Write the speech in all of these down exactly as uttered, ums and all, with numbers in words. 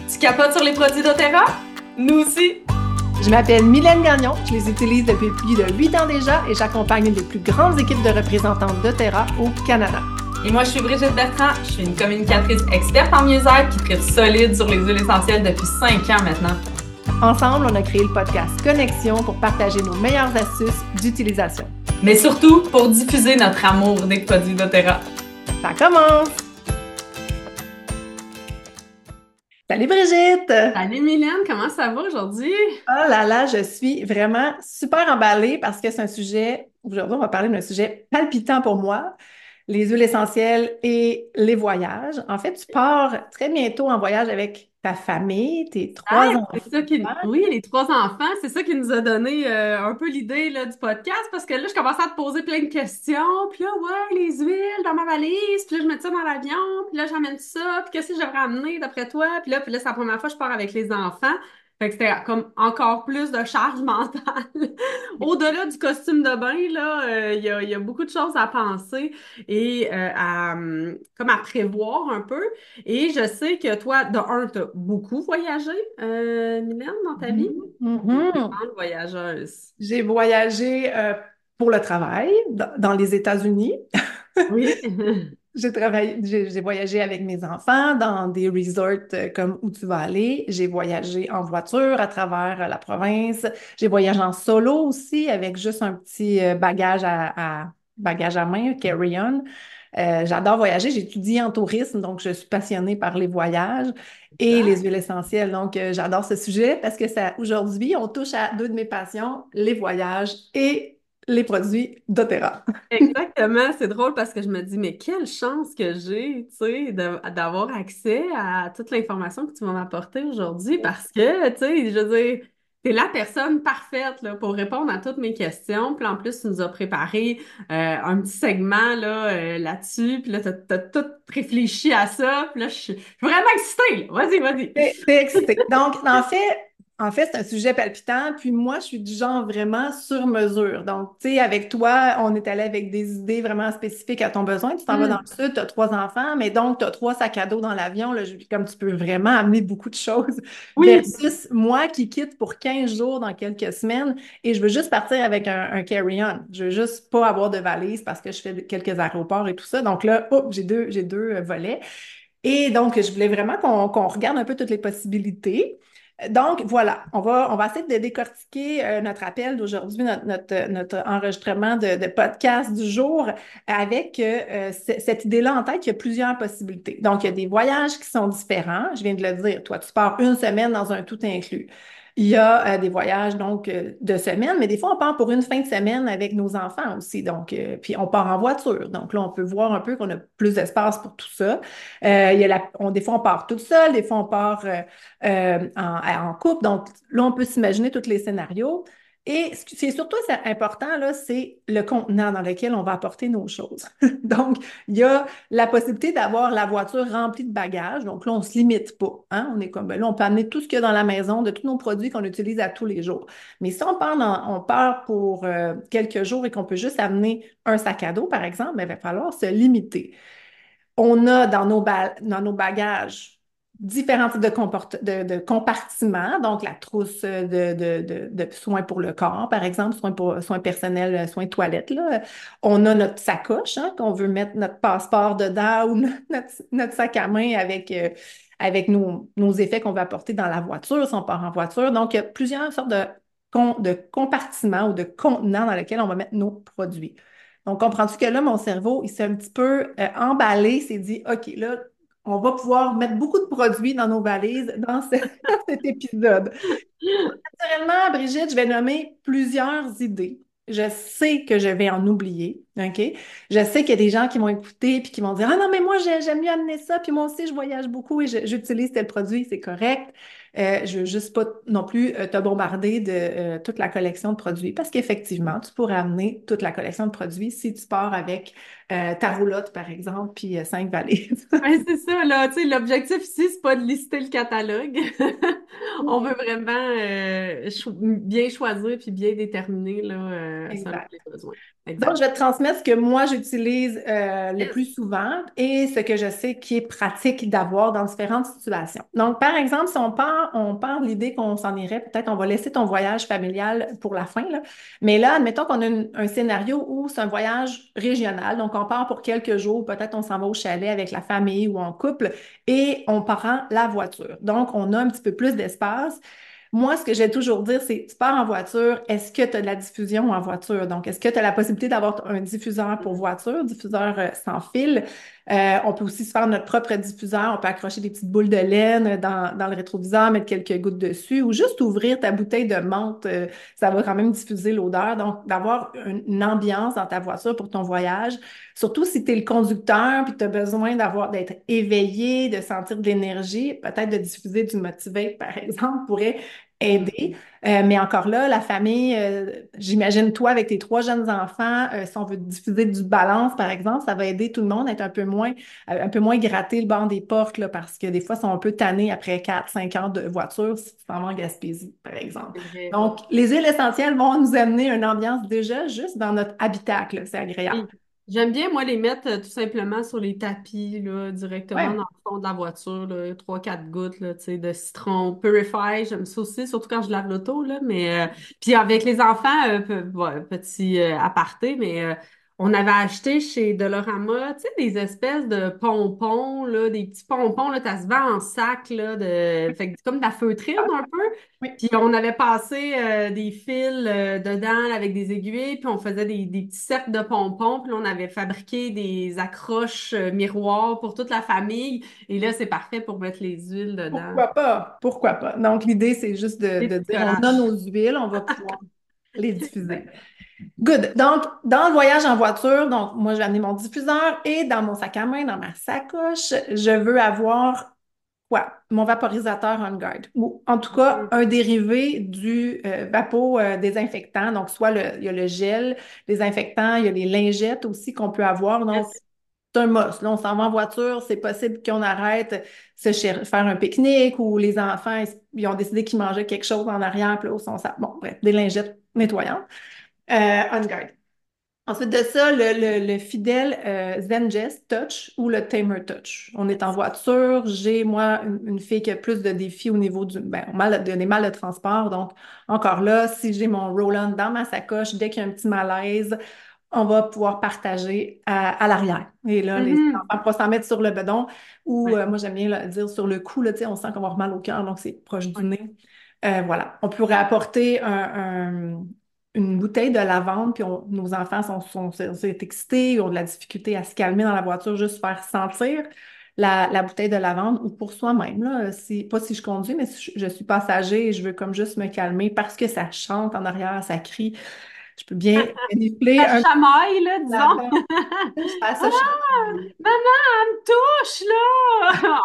Tu capotes sur les produits doTERRA? Nous aussi! Je m'appelle Mylène Gagnon, je les utilise depuis plus de huit ans déjà et j'accompagne une des plus grandes équipes de représentantes doTERRA au Canada. Et moi, je suis Brigitte Bertrand, je suis une communicatrice experte en mieux-être qui tripe solide sur les huiles essentielles depuis cinq ans maintenant. Ensemble, on a créé le podcast Connexion pour partager nos meilleures astuces d'utilisation. Mais surtout, pour diffuser notre amour des produits doTERRA. Ça commence! Salut Brigitte! Salut Mylène, comment ça va aujourd'hui? Oh là là, je suis vraiment super emballée parce que c'est un sujet, aujourd'hui on va parler d'un sujet palpitant pour moi, les huiles essentielles et les voyages. En fait, tu pars très bientôt en voyage avec ta famille, tes trois Ah, enfants. c'est ça qui... Oui, les trois enfants, c'est ça qui nous a donné euh, un peu l'idée là, du podcast parce que là, je commençais à te poser plein de questions. Puis là, ouais, les huiles dans ma valise. Puis là, je mets ça dans l'avion. Puis là, j'amène ça. Puis qu'est-ce que je devrais amener d'après toi? Puis là, puis là, c'est la première fois que je pars avec les enfants. Fait que c'était comme encore plus de charge mentale. Au-delà du costume de bain, là, euh, il y a, il y a beaucoup de choses à penser et euh, à, hum, comme à prévoir un peu. Et je sais que toi, de un, tu as beaucoup voyagé, euh, Mylène, dans ta vie. Mhm. Mhm. Grande voyageuse. J'ai voyagé euh, pour le travail dans, dans les États-Unis. Oui. J'ai travaillé, j'ai j'ai voyagé avec mes enfants dans des resorts euh, comme Où tu vas aller. J'ai voyagé en voiture à travers euh, la province. J'ai voyagé en solo aussi avec juste un petit euh, bagage à, à- bagage à main, carry-on. Euh, j'adore voyager. J'ai étudié en tourisme, donc je suis passionnée par les voyages et les huiles essentielles. Donc, euh, j'adore ce sujet parce que ça, aujourd'hui, on touche à deux de mes passions, les voyages et les produits doTERRA. Exactement, c'est drôle parce que je me dis, mais quelle chance que j'ai, tu sais, de- d'avoir accès à toute l'information que tu vas m'apporter aujourd'hui parce que, tu sais, je veux dire, t'es la personne parfaite là, pour répondre à toutes mes questions. Puis en plus, tu nous as préparé euh, un petit segment là, euh, là-dessus. Puis là, t'as, t'as tout réfléchi à ça. Puis là, je suis je suis vraiment excitée. Là. Vas-y, vas-y. T'es t'es excitée. Donc, en fait, en fait, c'est un sujet palpitant. Puis moi, je suis du genre vraiment sur mesure. Donc, tu sais, avec toi, on est allé avec des idées vraiment spécifiques à ton besoin. Tu t'en vas dans Hmm. le sud, tu as trois enfants, mais donc, tu as trois sacs à dos dans l'avion. Là, je- comme tu peux vraiment amener beaucoup de choses Oui, versus moi qui quitte pour quinze jours dans quelques semaines et je veux juste partir avec un, un carry-on. Je veux juste pas avoir de valise parce que je fais quelques aéroports et tout ça. Donc là, hop, j'ai deux, j'ai deux euh, volets. Et donc, je voulais vraiment qu'on qu'on regarde un peu toutes les possibilités. Donc, voilà, on va, on va essayer de décortiquer euh, notre appel d'aujourd'hui, notre, notre, notre enregistrement de, de podcast du jour avec euh, c- cette idée-là en tête qu'il y a plusieurs possibilités. Donc, il y a des voyages qui sont différents. Je viens de le dire, toi, tu pars une semaine dans un tout inclus. Il y a euh, des voyages donc euh, de semaine, mais des fois, on part pour une fin de semaine avec nos enfants aussi. Donc, euh, puis on part en voiture. Donc là, on peut voir un peu qu'on a plus d'espace pour tout ça. Euh, il y a la- on, des fois, on part toute seule, des fois, on part euh, euh, en, en couple. Donc là, on peut s'imaginer tous les scénarios. Et ce qui- c'est surtout c'est important, là, c'est le contenant dans lequel on va apporter nos choses. Donc, il y a la possibilité d'avoir la voiture remplie de bagages. Donc là, on ne se limite pas. Hein? On est comme, ben là, on peut amener tout ce qu'il y a dans la maison, de tous nos produits qu'on utilise à tous les jours. Mais si on part, dans- on part pour euh, quelques jours et qu'on peut juste amener un sac à dos, par exemple, ben, il va falloir se limiter. On a dans nos, ba- dans nos bagages différents types de, comporte- de, de compartiments, donc la trousse de, de, de, de soins pour le corps, par exemple, soins, pour, soins personnels, soins toilettes, là. On a notre sacoche, hein, qu'on veut mettre notre passeport dedans ou no- notre, notre sac à main avec, euh, avec nos, nos effets qu'on va apporter dans la voiture, si on part en voiture. Donc, il y a plusieurs sortes de, con- de compartiments ou de contenants dans lesquels on va mettre nos produits. Donc, comprends-tu que là, mon cerveau, il s'est un petit peu euh, emballé, il s'est dit, OK, là, on va pouvoir mettre beaucoup de produits dans nos valises dans, ce- dans cet épisode. Naturellement, Brigitte, je vais nommer plusieurs idées. Je sais que je vais en oublier, OK? Je sais qu'il y a des gens qui vont écouter puis qui vont dire, ah non, mais moi, j'ai- j'aime mieux amener ça, puis moi aussi, je voyage beaucoup et je- j'utilise tel produit, c'est correct. Euh, je veux juste pas non plus euh, te bombarder de euh, toute la collection de produits parce qu'effectivement, tu pourrais amener toute la collection de produits si tu pars avec euh, ta roulotte, par exemple, puis euh, cinq valises. ouais, c'est ça, là. Tu sais, l'objectif ici, c'est pas de lister le catalogue. On veut vraiment euh, cho- bien choisir puis bien déterminer là, euh, selon Exact. les besoins. Donc, je exact. vais te transmettre ce que moi j'utilise euh, le Yes. plus souvent et ce que je sais qui est pratique d'avoir dans différentes situations. Donc, par exemple, si on part, on part de l'idée qu'on s'en irait, peut-être on va laisser ton voyage familial pour la fin, là. Mais là, admettons qu'on a une- un scénario où c'est un voyage régional. Donc, on part pour quelques jours, peut-être on s'en va au chalet avec la famille ou en couple et on prend la voiture. Donc, on a un petit peu plus d'espace. Moi, ce que j'ai toujours dire, c'est tu pars en voiture, est-ce que tu as de la diffusion en voiture? Donc, est-ce que tu as la possibilité d'avoir un diffuseur pour voiture, diffuseur euh, sans fil? Euh, on peut aussi se faire notre propre diffuseur. On peut accrocher des petites boules de laine dans, dans le rétroviseur, mettre quelques gouttes dessus ou juste ouvrir ta bouteille de menthe. Euh, ça va quand même diffuser l'odeur. Donc, d'avoir une, une ambiance dans ta voiture pour ton voyage. Surtout si tu es le conducteur puis tu as besoin d'avoir d'être éveillé, de sentir de l'énergie, peut-être de diffuser du Motivate, par exemple, pourrait aider. Mhm. Euh, mais encore là, la famille, euh, j'imagine toi avec tes trois jeunes enfants, euh, si on veut diffuser du balance, par exemple, ça va aider tout le monde à être un peu moins, euh, un peu moins gratté le bord des portes, là, parce que des fois, ils sont un peu tannés après quatre, cinq heures de voiture si tu t'en vas en Gaspésie, par exemple. C'est vrai. Donc, les huiles essentielles vont nous amener une ambiance déjà juste dans notre habitacle. C'est agréable. Oui. J'aime bien, moi, les mettre euh, tout simplement sur les tapis, là, directement Ouais. dans le fond de la voiture, là, trois, quatre gouttes, là, tu sais, de citron Purify. J'aime ça aussi, surtout quand je lave l'auto, là, mais, euh, puis avec les enfants, euh, pe- ouais, petit euh, aparté, mais euh, on avait acheté chez Dolorama, tu sais, des espèces de pompons, là, des petits pompons, là, ça se vend en sac, là, de, fait que c'est comme de la feutrine un peu. Oui. Puis on avait passé euh, des fils euh, dedans là, avec des aiguilles, puis on faisait des, des petits cercles de pompons, puis là, on avait fabriqué des accroches euh, miroirs pour toute la famille. Et là, c'est parfait pour mettre les huiles dedans. Pourquoi pas? Pourquoi pas? Donc, l'idée, c'est juste de, Des de petits dire, on a collages. nos huiles, on va pouvoir les diffuser. Exact. Good. Donc, dans le voyage en voiture, donc moi, j'ai amené mon diffuseur et dans mon sac à main, dans ma sacoche, je veux avoir quoi? Mon vaporisateur On Guard. Ou en tout cas, Mhm. un dérivé du euh, vapo euh, désinfectant. Donc, soit le, il y a le gel désinfectant, il y a les lingettes aussi qu'on peut avoir. Donc, Yes. c'est un must. Là, on s'en va en voiture, c'est possible qu'on arrête se cher- faire un pique-nique ou les enfants, ils, ils ont décidé qu'ils mangeaient quelque chose en arrière, puis là, on s'en bon, bref, des lingettes nettoyantes. Euh, On Guard. Ensuite de ça, le, le, le fidèle euh, Zengest Touch ou le Tamer Touch. On est en voiture. J'ai, moi, une, une fille qui a plus de défis au niveau du, ben, mal, de- des mal de transport. Donc, encore là, si j'ai mon Roland dans ma sacoche, dès qu'il y a un petit malaise, on va pouvoir partager à, à l'arrière. Et là, les Mhm. enfants pourront s'en mettre sur le bedon ou, Ouais. euh, moi, j'aime bien le dire sur le cou, là, tu sais, on sent qu'on va avoir mal au cœur, donc c'est proche du Ouais. nez. Euh, voilà. On pourrait apporter un, un- une bouteille de lavande, puis on- nos enfants sont, sont, sont excités, ils ont de la difficulté à se calmer dans la voiture, juste faire sentir la, la bouteille de lavande ou pour soi-même, là, si, pas si je conduis, mais si je, je suis passager et je veux comme juste me calmer parce que ça chante en arrière, ça crie, je peux bien renifler Ça un petit chamaille, là, disons. lavande. Je fais ça chaque jour. Maman, elle me touche, là!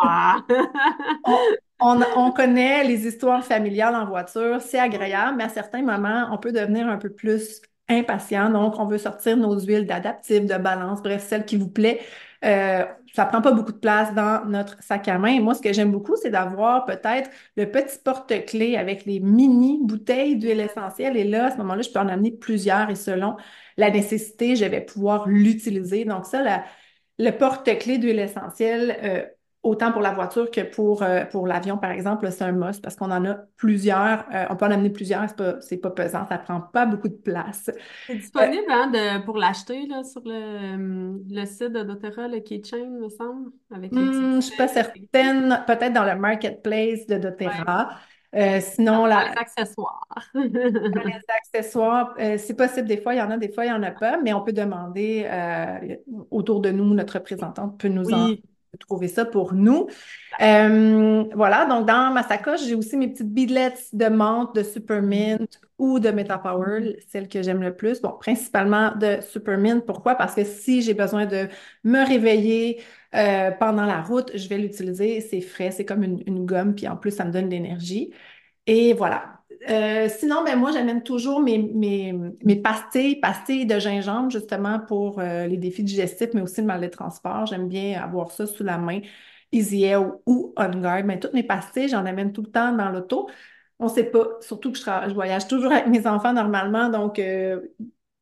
Ah. On, on, on connaît les histoires familiales en voiture, c'est agréable, mais à certains moments, on peut devenir un peu plus impatient. Donc, on veut sortir nos huiles d'adaptive, de balance, bref, celle qui vous plaît. Euh, ça prend pas beaucoup de place dans notre sac à main. Et moi, ce que j'aime beaucoup, c'est d'avoir peut-être le petit porte-clés avec les mini bouteilles d'huile essentielle. Et là, à ce moment-là, je peux en amener plusieurs et selon la nécessité, je vais pouvoir l'utiliser. Donc, ça, la, le porte-clés d'huile essentielle, euh, autant pour la voiture que pour, euh, pour l'avion, par exemple, c'est un must parce qu'on en a plusieurs. Euh, on peut en amener plusieurs, c'est pas, c'est pas pesant, ça prend pas beaucoup de place. C'est Euh, disponible hein, de, pour l'acheter là, sur le, euh, le site de doTERRA, le Keychain, me semble, avec les petites hmm, je suis pas bouteilles effectives. certaine, peut-être dans le marketplace de Ouais. doTERRA. Euh, sinon, Dans les la, accessoires. les accessoires, euh, c'est possible, des fois, il y en a, des fois, il n'y en a pas, mais on peut demander euh, autour de nous, notre représentante peut nous en Oui. trouver ça pour nous. Euh, voilà, donc dans ma sacoche, j'ai aussi mes petites beadlets de menthe, de Supermint ou de MetaPower, celle que j'aime le plus. Bon, principalement de Supermint. Pourquoi? Parce que si j'ai besoin de me réveiller euh, pendant la route, je vais l'utiliser. C'est frais, c'est comme une, une gomme, puis en plus, ça me donne de l'énergie. Et voilà. Euh, sinon, ben moi, j'amène toujours mes, mes, mes pastilles, pastilles de gingembre, justement pour euh, les défis digestifs, mais aussi le mal de transport. J'aime bien avoir ça sous la main, EasyAir ou, ou On Guard. Mais toutes mes pastilles, j'en amène tout le temps dans l'auto. On ne sait pas, surtout que je, tra- je voyage toujours avec mes enfants normalement, donc euh,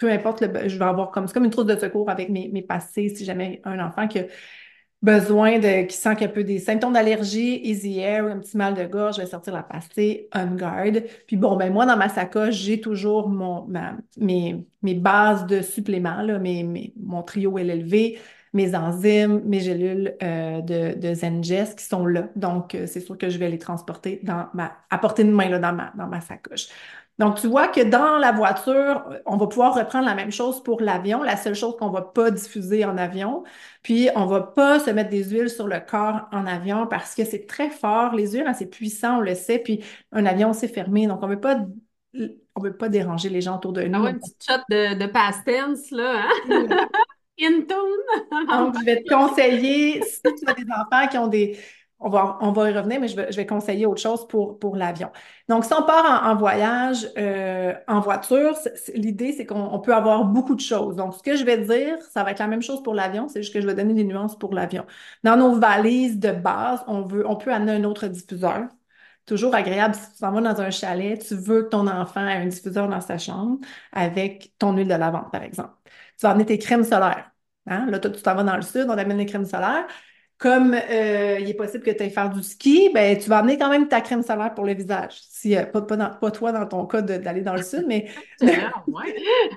peu importe, le, je vais avoir comme, c'est comme une trousse de secours avec mes, mes passés si jamais un enfant qui a besoin de, qui sent qu'il y a un peu des symptômes d'allergie, easy air ou un petit mal de gorge, je vais sortir la pastille on guard. Puis bon, ben moi, dans ma sacoche, j'ai toujours mon, ma, mes, mes bases de suppléments, là, mes, mes- mon trio L L V, mes enzymes, mes gélules euh, de, de Zengest qui sont là. Donc, euh, c'est sûr que je vais les transporter dans ma, à portée de main, là, dans ma, dans ma sacoche. Donc, tu vois que dans la voiture, on va pouvoir reprendre la même chose pour l'avion. La seule chose qu'on va pas diffuser en avion, puis, on va pas se mettre des huiles sur le corps en avion parce que c'est très fort. Les huiles, hein, c'est puissant, on le sait. Puis, un avion, c'est fermé. Donc, on veut pas, on veut pas déranger les gens autour de Ah nous. ouais, Donc, une petite shot de, de past tense, là, hein? In tune. donc, je vais te conseiller, si tu as des enfants qui ont des... On va, on va y revenir, mais je vais, je vais conseiller autre chose pour, pour l'avion. Donc, si on part en, en voyage euh, en voiture, c'est- c'est- l'idée, c'est qu'on on peut avoir beaucoup de choses. Donc, ce que je vais dire, ça va être la même chose pour l'avion, c'est juste que je vais donner des nuances pour l'avion. Dans nos valises de base, on veut, on peut amener un autre diffuseur. Toujours agréable si tu t'en vas dans un chalet, tu veux que ton enfant ait un diffuseur dans sa chambre avec ton huile de lavande, par exemple. Tu vas amener tes crèmes solaires. Hein? Là, toi, tu t'en vas dans le sud, on amène les crèmes solaires. Comme euh, il est possible que tu ailles faire du ski, ben, tu vas amener quand même ta crème solaire pour le visage. Si, euh, pas, pas, dans- pas toi dans ton cas de- d'aller dans le sud, mais Excellent, ouais.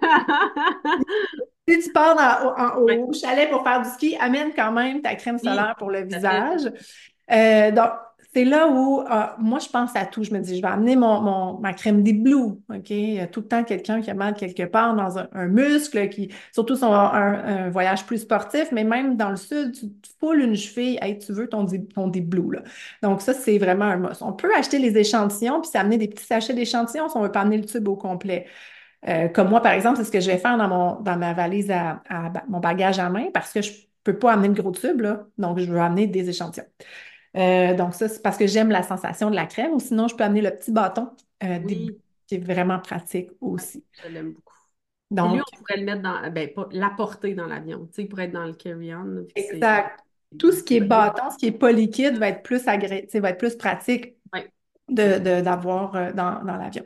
si tu pars dans- au, Ouais, en- au chalet pour faire du ski, amène quand même ta crème oui, solaire pour le tout à fait. visage. Euh, donc, c'est là où euh, moi, je pense à tout. Je me dis, je vais amener mon, mon- ma crème des Blue. OK? Il y a tout le temps quelqu'un qui a mal quelque part dans un, un muscle, qui, surtout sur un, un- un voyage plus sportif, mais même dans le sud, tu te foules une cheville, hey, tu veux ton, Di- ton des Blue, là. Donc, ça, c'est vraiment un must. On peut acheter les échantillons puis s'amener des petits sachets d'échantillons si on veut pas amener le tube au complet. Euh, comme moi, par exemple, c'est ce que je vais faire dans mon, dans ma valise à, à ba- mon bagage à main parce que je peux pas amener le gros tube, là. Donc, je veux amener des échantillons. Euh, donc, ça, c'est parce que j'aime la sensation de la crème ou sinon, je peux amener le petit bâton euh, des- Oui, qui est vraiment pratique ouais, aussi. je l'aime beaucoup. Puis lui, Donc, on pourrait le mettre dans, ben, pas l'apporter dans l'avion. Tu sais, il pourrait être dans le carry-on, vu que c'est exact. Tout il ce est qui est solide. bâton, ce qui est pas liquide va être plus agré, tu sais, va être plus pratique Ouais. de, de- d'avoir euh, dans, dans l'avion.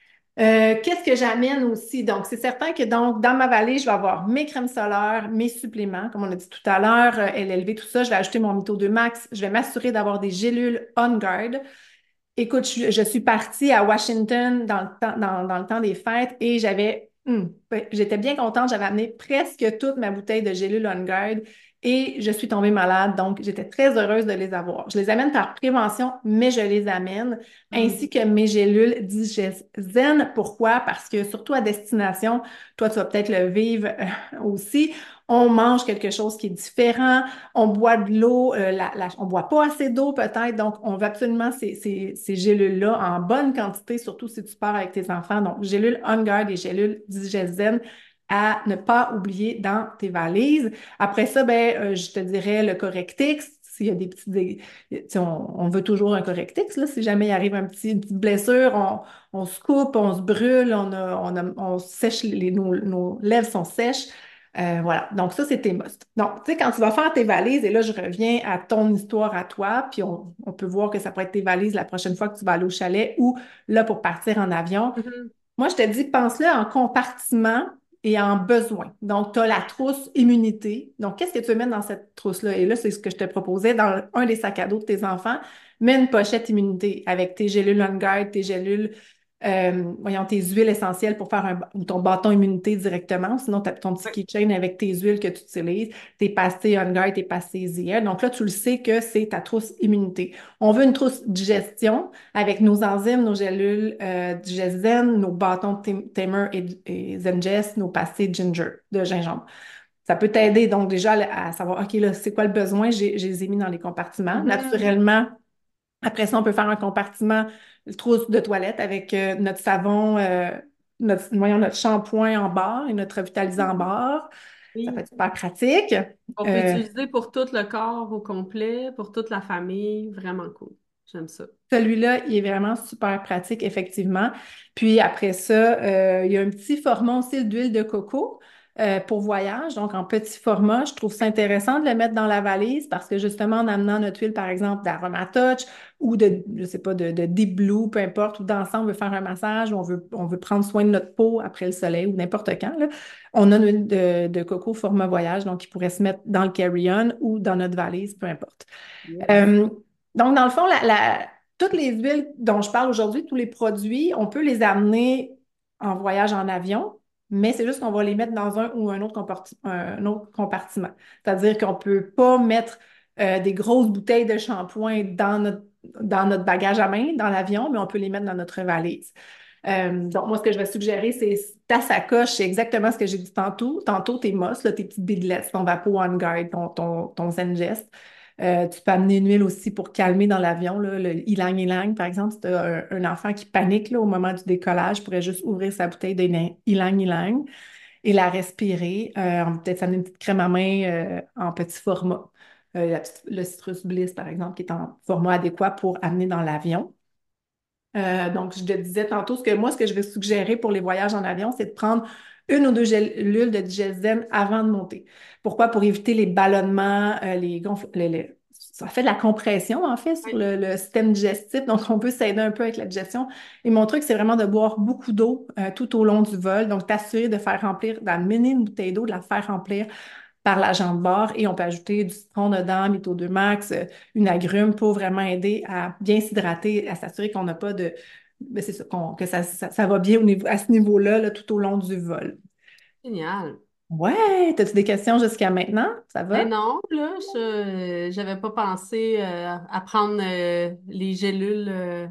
Euh, qu'est-ce que j'amène aussi? Donc, c'est certain que donc, dans ma valise, je vais avoir mes crèmes solaires, mes suppléments, comme on a dit tout à l'heure, euh, L L V, tout ça. Je vais ajouter mon Mito deux Max. Je vais m'assurer d'avoir des gélules On Guard. Écoute, je, je suis partie à Washington dans le temps, dans, dans le temps des fêtes et j'avais, hum, ben, j'étais bien contente. J'avais amené presque toute ma bouteille de gélules On Guard et je suis tombée malade. Donc, j'étais très heureuse de les avoir. Je les amène par prévention, mais je les amène, ainsi Mhm. que mes gélules Digeszen. Pourquoi? Parce que surtout à destination, toi, tu vas peut-être le vivre euh, aussi. On mange quelque chose qui est différent, on boit de l'eau, euh, la, la- on boit pas assez d'eau peut-être, donc on veut absolument ces, ces, ces gélules-là en bonne quantité, surtout si tu pars avec tes enfants. Donc, gélules On Guard et gélules Digeszen à ne pas oublier dans tes valises. Après ça, ben, euh, je te dirais le Correctix. S'il y a des petits, des- tu sais, on, on veut toujours un Correctix, là, si jamais il arrive un petit, une petite blessure, on, on se coupe, on se brûle, on, a, on, a- on sèche, les, nos, nos lèvres sont sèches. Euh, voilà, donc ça, c'est tes must. Donc, tu sais, quand tu vas faire tes valises, et là, je reviens à ton histoire à toi, puis on, on peut voir que ça pourrait être tes valises la prochaine fois que tu vas aller au chalet ou là pour partir en avion. Mhm. Moi, je te dis, pense-le en compartiment et en besoin. Donc, tu as la trousse immunité. Donc, qu'est-ce que tu veux mettre dans cette trousse-là? Et là, c'est ce que je te proposais dans un des sacs à dos de tes enfants. Mets une pochette immunité avec tes gélules On Guard, tes gélules, euh, voyons, tes huiles essentielles pour faire un, ou ton bâton immunité directement. Sinon, tu as ton petit Ouais. keychain avec tes huiles que tu utilises, tes pastilles On Guard, tes pastilles Zier. Donc là, tu le sais que c'est ta trousse immunité. On veut une trousse digestion avec nos enzymes, nos gélules euh, digestion, nos bâtons de Tim- Tamer et, et Zengest, nos pastilles ginger, de gingembre. Ça peut t'aider donc déjà à, à savoir, OK, là, c'est quoi le besoin? J'ai, je les ai mis dans les compartiments. Mhm. Naturellement, après ça, on peut faire un compartiment trousse de toilette avec euh, notre savon, euh, notre, voyons, notre shampoing en barre et notre revitalisant en barre. Ça peut Oui. être super pratique. On peut Euh, utiliser pour tout le corps au complet, pour toute la famille. Vraiment cool. J'aime ça. Celui-là, il est vraiment super pratique, effectivement. Puis après ça, euh, il y a un petit format aussi d'huile de coco. euh, pour voyage, donc en petit format. Je trouve ça intéressant de le mettre dans la valise parce que justement, en amenant notre huile, par exemple, d'Aromatouch ou de, je sais pas, de, de Deep Blue, peu importe, ou d'ensemble, on veut faire un massage, ou on veut, on veut prendre soin de notre peau après le soleil ou n'importe quand, là, on a une huile de, de coco format voyage, donc il pourrait se mettre dans le carry-on ou dans notre valise, peu importe. Yes. Euh, donc, dans le fond, la, la- toutes les huiles dont je parle aujourd'hui, tous les produits, on peut les amener en voyage en avion, mais c'est juste qu'on va les mettre dans un ou un autre, comparti- un autre compartiment. C'est-à-dire qu'on ne peut pas mettre euh, des grosses bouteilles de shampoing dans notre, dans notre bagage à main, dans l'avion, mais on peut les mettre dans notre valise. Euh, donc, moi, ce que je vais suggérer, c'est ta sacoche, c'est exactement ce que j'ai dit tantôt. Tantôt, tes mosses, là, tes petites bidelettes, ton Vapo One Guide, ton, ton, ton Zengest. Euh, tu peux amener une huile aussi pour calmer dans l'avion, là, le ylang ylang, par exemple. Si tu as un, un enfant qui panique là, au moment du décollage, pourrait juste ouvrir sa bouteille de ylang ylang et la respirer. Euh, on va peut-être amener une petite crème à main euh, en petit format. Euh, la petite- le Citrus Bliss, par exemple, qui est en format adéquat pour amener dans l'avion. Euh, donc, je te disais tantôt, ce que moi, ce que je vais suggérer pour les voyages en avion, c'est de prendre une ou deux gélules de digène avant de monter. Pourquoi? Pour éviter les ballonnements, euh, les gonflements. Les- les- ça fait de la compression, en fait, sur Oui. le, le système digestif. Donc, on peut s'aider un peu avec la digestion. Et mon truc, c'est vraiment de boire beaucoup d'eau euh, tout au long du vol. Donc, t'assurer de faire remplir, d'amener une bouteille d'eau, de la faire remplir par l'agent de bord et on peut ajouter du citron dedans, métaux deux max, euh, une agrume pour vraiment aider à bien s'hydrater, à s'assurer qu'on n'a pas de... Ben, c'est ça, qu'on- que ça, ça, ça va bien au niveau, à ce niveau-là, là, tout au long du vol. Génial. Ouais, as-tu des questions jusqu'à maintenant? Ça Ben va? non, là, je euh, j'avais pas pensé euh, à prendre euh, les gélules, euh,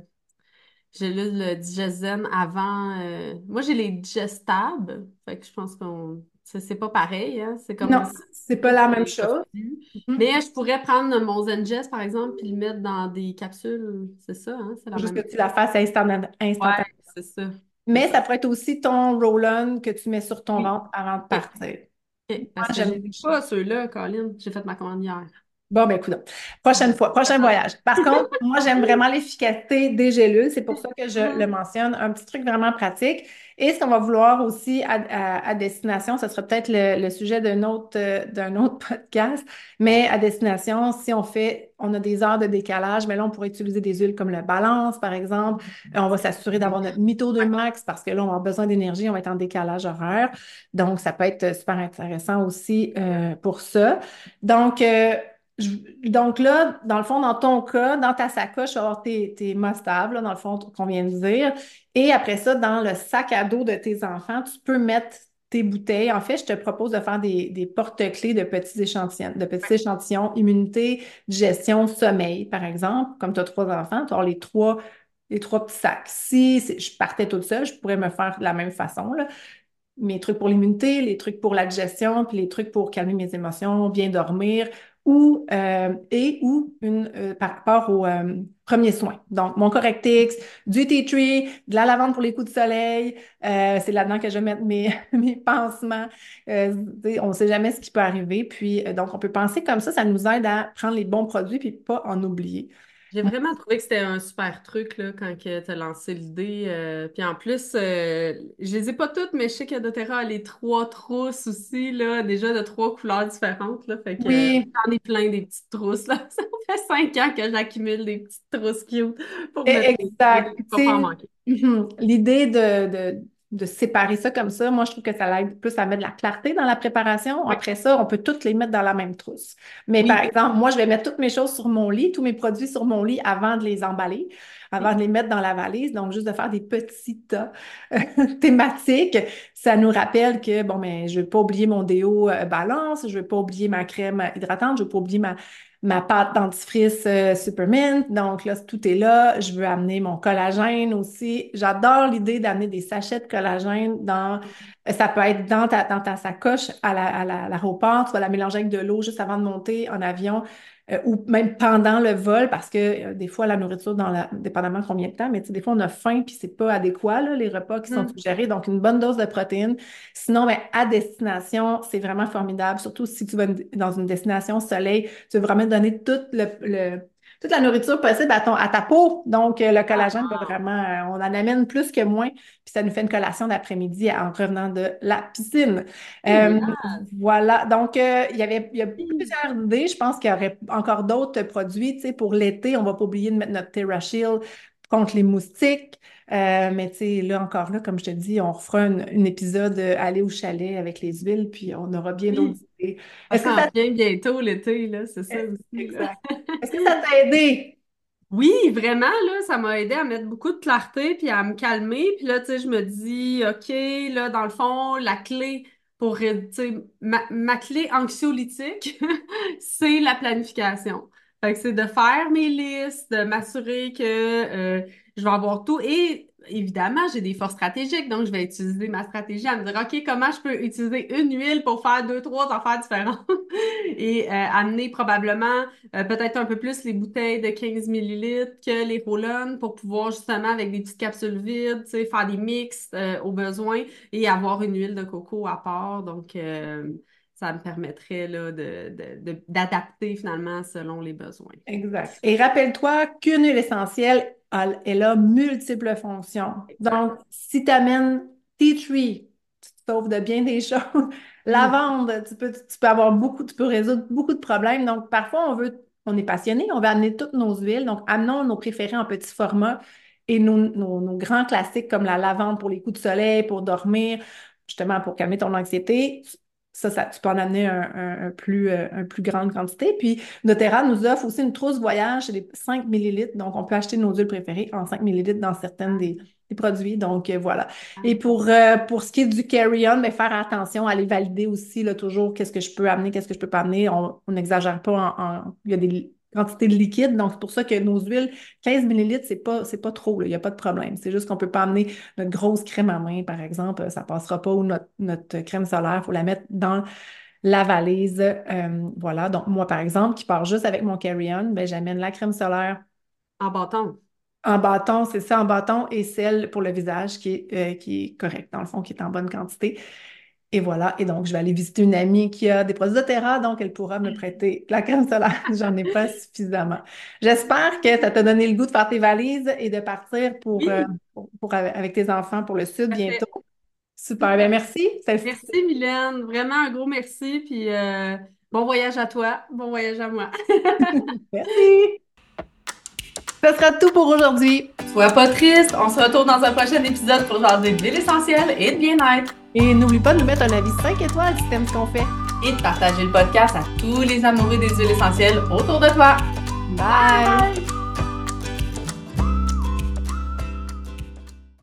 gélules euh, Digeszen avant. euh, Moi, j'ai les digestables. Fait que je pense qu'on. C'est c'est pas pareil, hein? C'est Non, comme c'est pas plus la pour même les chose. tortues. Mhm. Mais je pourrais prendre mon Zengest, par exemple, puis le mettre dans des capsules. C'est ça, hein? C'est la Faut juste même. que tu la fasses instant- Ouais, instantanément. c'est ça. C'est Mais ça. ça pourrait être aussi ton roll-on que tu mets sur ton Oui. ventre avant de OK. partir. OK. Moi, Parce que je j'aime. les ai pas, ceux-là, Colin. J'ai fait ma commande hier. Bon, ben, écoute, prochaine fois, prochain voyage. Par contre, moi, j'aime vraiment l'efficacité des gélules. C'est pour ça que je le Mhm. mentionne. Un petit truc vraiment pratique. Et ce qu'on va vouloir aussi à, à- à destination, ce sera peut-être le, le sujet d'un autre, euh, d'un autre podcast, mais à destination, si on fait, on a des heures de décalage, mais là, on pourrait utiliser des huiles comme le Balance, par exemple. Euh, On va s'assurer d'avoir notre mytho de Ouais. max parce que là, on va avoir besoin d'énergie, on va être en décalage horaire. Donc, ça peut être super intéressant aussi euh, pour ça. Donc, euh, je- donc là, dans le fond, dans ton cas, dans ta sacoche, tu vas avoir tes, tes must-have, là, dans le fond, qu'on vient de dire. Et après ça, dans le sac à dos de tes enfants, tu peux mettre tes bouteilles. En fait, je te propose de faire des, des porte-clés de petits échantillons, de petits échantillons, immunité, digestion, sommeil, par exemple. Comme tu as trois enfants, tu as les trois, les trois petits sacs. Si c'est- je partais toute seule, je pourrais me faire de la même façon, là. Mes trucs pour l'immunité, les trucs pour la digestion, puis les trucs pour calmer mes émotions, bien dormir, ou euh, et ou une euh, par rapport aux euh, premiers soins. Donc, mon Correctix, du tea tree, de la lavande pour les coups de soleil, euh, c'est là-dedans que je vais mettre mes, mes pansements. Euh, tu sais, on ne sait jamais ce qui peut arriver. Puis, euh, donc, on peut penser comme ça, ça nous aide à prendre les bons produits puis pas en oublier. J'ai vraiment trouvé que c'était un super truc là, quand tu as lancé l'idée. euh, Puis en plus, euh, je les ai pas toutes, mais je sais que doTERRA a les trois trousses aussi, là, déjà de trois couleurs différentes. Là, fait que euh, Oui, j'en ai plein des petites trousses. Là. Ça fait cinq ans que j'accumule des petites trousses cute pour E- mettre mes exact. trucs. Puis, Pas tu pas en sais, manquer. mhm, l'idée de, de, de séparer ça comme ça, moi, je trouve que ça l'aide plus à mettre de la clarté dans la préparation. Oui. Après ça, on peut toutes les mettre dans la même trousse. Mais par Oui. exemple, moi, je vais mettre toutes mes choses sur mon lit, tous mes produits sur mon lit avant de les emballer, avant de les mettre dans la valise. Donc, juste de faire des petits tas thématiques, ça nous rappelle que, bon, mais je ne vais pas oublier mon déo euh, balance, je ne vais pas oublier ma crème hydratante, je ne vais pas oublier ma ma pâte dentifrice euh, Supermint. Donc là, tout est là. Je veux amener mon collagène aussi. J'adore l'idée d'amener des sachets de collagène dans, euh, ça peut être dans ta, dans ta sacoche à la, à la- à l'aéroport. Tu vas la mélanger avec de l'eau juste avant de monter en avion. Euh, ou même pendant le vol, parce que euh, des fois, la nourriture, dans la, dépendamment combien de temps, mais tu sais, des fois, on a faim, puis c'est pas adéquat, là, les repas qui sont Mhm. suggérés. Donc, une bonne dose de protéines. Sinon, ben, à destination, c'est vraiment formidable, surtout si tu vas dans une destination soleil, tu veux vraiment donner tout le, le- toute la nourriture possible à ton, à ta peau. Donc, euh, le collagène va Ah, vraiment, euh, on en amène plus que moins, puis ça nous fait une collation d'après-midi en revenant de la piscine. Euh, génial. voilà. Donc, euh, il y avait, il y a plusieurs idées. Je pense qu'il y aurait encore d'autres produits. Tu sais, pour l'été, on va pas oublier de mettre notre TerraShield contre les moustiques. Euh, mais tu sais, là encore, là, comme je te dis, on refera un, un épisode euh, aller au chalet avec les huiles, puis on aura bien d'autres Oui, idées. ça Est-ce que s'en ça... vient bientôt l'été, là, c'est ça aussi, là. Exact. Est-ce que ça t'a aidé? Oui, vraiment, là, ça m'a aidé à mettre beaucoup de clarté puis à me calmer. Puis là, tu sais, je me dis, OK, là, dans le fond, la clé pour, euh, tu sais, ma, ma clé anxiolytique, c'est la planification. Fait que c'est de faire mes listes, de m'assurer que euh, je vais avoir tout. Et évidemment, j'ai des forces stratégiques, donc je vais utiliser ma stratégie à me dire, OK, comment je peux utiliser une huile pour faire deux, trois affaires différentes et euh, amener probablement euh, peut-être un peu plus les bouteilles de quinze millilitres que les roll pour pouvoir justement avec des petites capsules vides, tu sais, faire des mix euh, au besoin et avoir une huile de coco à part. Donc, euh, ça me permettrait là, de, de- de- d'adapter finalement selon les besoins. Exact. Et rappelle-toi qu'une huile essentielle, elle, elle a multiples fonctions. Exact. Donc, si tu amènes tea tree, tu te sauves de bien des choses. Mm. Lavande, tu peux, tu peux avoir beaucoup, tu peux résoudre beaucoup de problèmes. Donc, parfois, on veut, on est passionné, on veut amener toutes nos huiles. Donc, amenons nos préférés en petit format et nos, nos, nos grands classiques comme la lavande pour les coups de soleil, pour dormir, justement pour calmer ton anxiété. Ça, ça, tu peux en amener un, un- un plus, euh, un plus grande quantité. Puis, doTERRA nous offre aussi une trousse voyage, c'est des cinq millilitres. Donc, on peut acheter nos huiles préférées en cinq millilitres dans certaines des, des produits. Donc, euh, voilà. Et pour, euh, pour ce qui est du carry-on, ben, faire attention à les valider aussi, là, toujours, qu'est-ce que je peux amener, qu'est-ce que je peux pas amener. On on n'exagère pas en, en- Il y a des quantités de liquide. Donc, c'est pour ça que nos huiles, quinze millilitres, c'est pas, c'est pas trop, là. Il n'y a pas de problème. C'est juste qu'on peut pas amener notre grosse crème à main, par exemple. Ça passera pas. Ou notre, notre crème solaire, il faut la mettre dans la valise. Euh, voilà. Donc, moi, par exemple, qui pars juste avec mon carry-on, ben, j'amène la crème solaire En bâton. en bâton, c'est ça, en bâton, et celle pour le visage qui est, euh, qui est correcte, dans le fond, qui est en bonne quantité. Et voilà. Et donc, je vais aller visiter une amie qui a des produits doTERRA, donc elle pourra me prêter la crème solaire. J'en ai pas suffisamment. J'espère que ça t'a donné le goût de faire tes valises et de partir pour, euh, Oui, pour, pour- avec tes enfants pour le sud tout à bientôt. fait. Tout Super. à Bien, fait. merci. C'était Merci, Mylène. Vraiment un gros merci. Puis euh, bon voyage à toi. Bon voyage à moi. Merci. Ce sera tout pour aujourd'hui. Sois pas triste, on se retrouve dans un prochain épisode pour jaser d'huile essentielle et de bien-être. Et n'oublie pas de nous mettre un avis cinq étoiles si t'aimes ce qu'on fait. Et de partager le podcast à tous les amoureux des huiles essentielles autour de toi. Bye! Bye!